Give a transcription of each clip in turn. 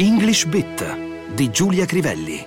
English Bit di Giulia Crivelli.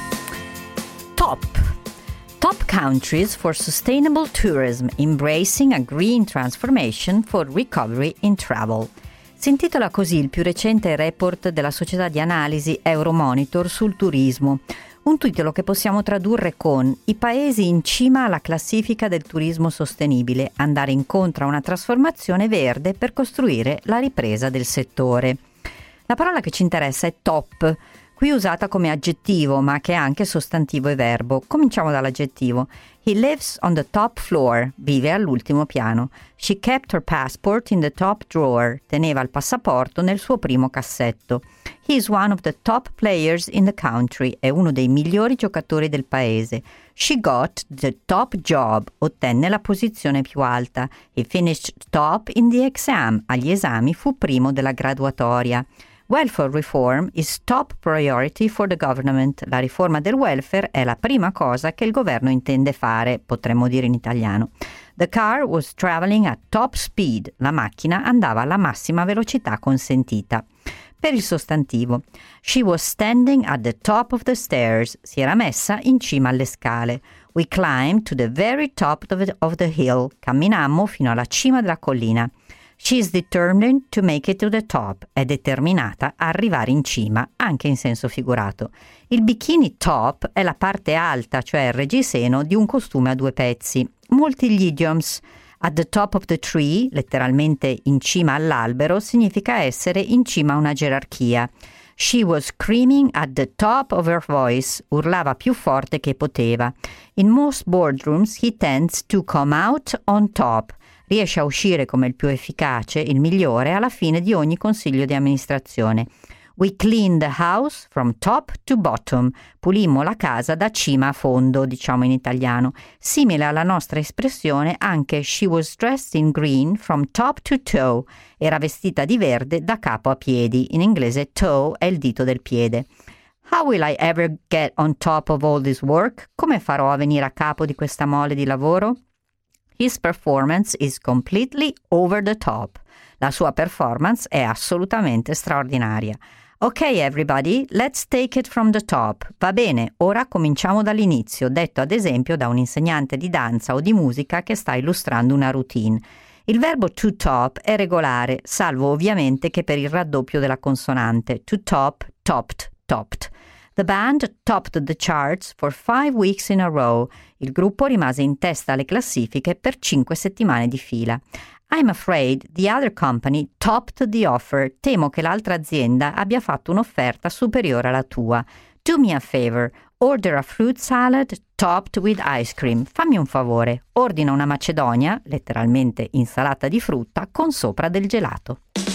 Top countries for sustainable tourism, embracing a green transformation for recovery in travel. Si intitola così il più recente report della società di analisi Euromonitor sul turismo, un titolo che possiamo tradurre con i paesi in cima alla classifica del turismo sostenibile, andare incontro a una trasformazione verde per costruire la ripresa del settore. La parola che ci interessa è top, qui usata come aggettivo ma che è anche sostantivo e verbo. Cominciamo dall'aggettivo. He lives on the top floor, vive all'ultimo piano. She kept her passport in the top drawer, teneva il passaporto nel suo primo cassetto. He is one of the top players in the country, è uno dei migliori giocatori del paese. She got the top job, ottenne la posizione più alta. He finished top in the exam, agli esami fu primo della graduatoria. Welfare reform is top priority for the government. La riforma del welfare è la prima cosa che il governo intende fare, potremmo dire in italiano. The car was traveling at top speed. La macchina andava alla massima velocità consentita. Per il sostantivo, she was standing at the top of the stairs. Si era messa in cima alle scale. We climbed to the very top of the hill. Camminammo fino alla cima della collina. She is determined to make it to the top. È determinata a arrivare in cima, anche in senso figurato. Il bikini top è la parte alta, cioè il reggiseno, di un costume a due pezzi. Molti gli idioms. At the top of the tree, letteralmente in cima all'albero, significa essere in cima a una gerarchia. She was screaming at the top of her voice. Urlava più forte che poteva. In most boardrooms he tends to come out on top. Riesce a uscire come il più efficace, il migliore, alla fine di ogni consiglio di amministrazione. We cleaned the house from top to bottom. Pulimmo la casa da cima a fondo, diciamo in italiano. Simile alla nostra espressione anche she was dressed in green from top to toe. Era vestita di verde da capo a piedi. In inglese toe è il dito del piede. How will I ever get on top of all this work? Come farò a venire a capo di questa mole di lavoro? His performance is completely over the top. La sua performance è assolutamente straordinaria. Ok everybody, let's take it from the top. Va bene, ora cominciamo dall'inizio, detto ad esempio da un insegnante di danza o di musica che sta illustrando una routine. Il verbo to top è regolare, salvo ovviamente che per il raddoppio della consonante. To top, topped, topped. The band topped the charts for 5 weeks in a row. Il gruppo rimase in testa alle classifiche per 5 settimane di fila. I'm afraid the other company topped the offer. Temo che l'altra azienda abbia fatto un'offerta superiore alla tua. Do me a favor. Order a fruit salad topped with ice cream. Fammi un favore. Ordina una macedonia, letteralmente insalata di frutta, con sopra del gelato.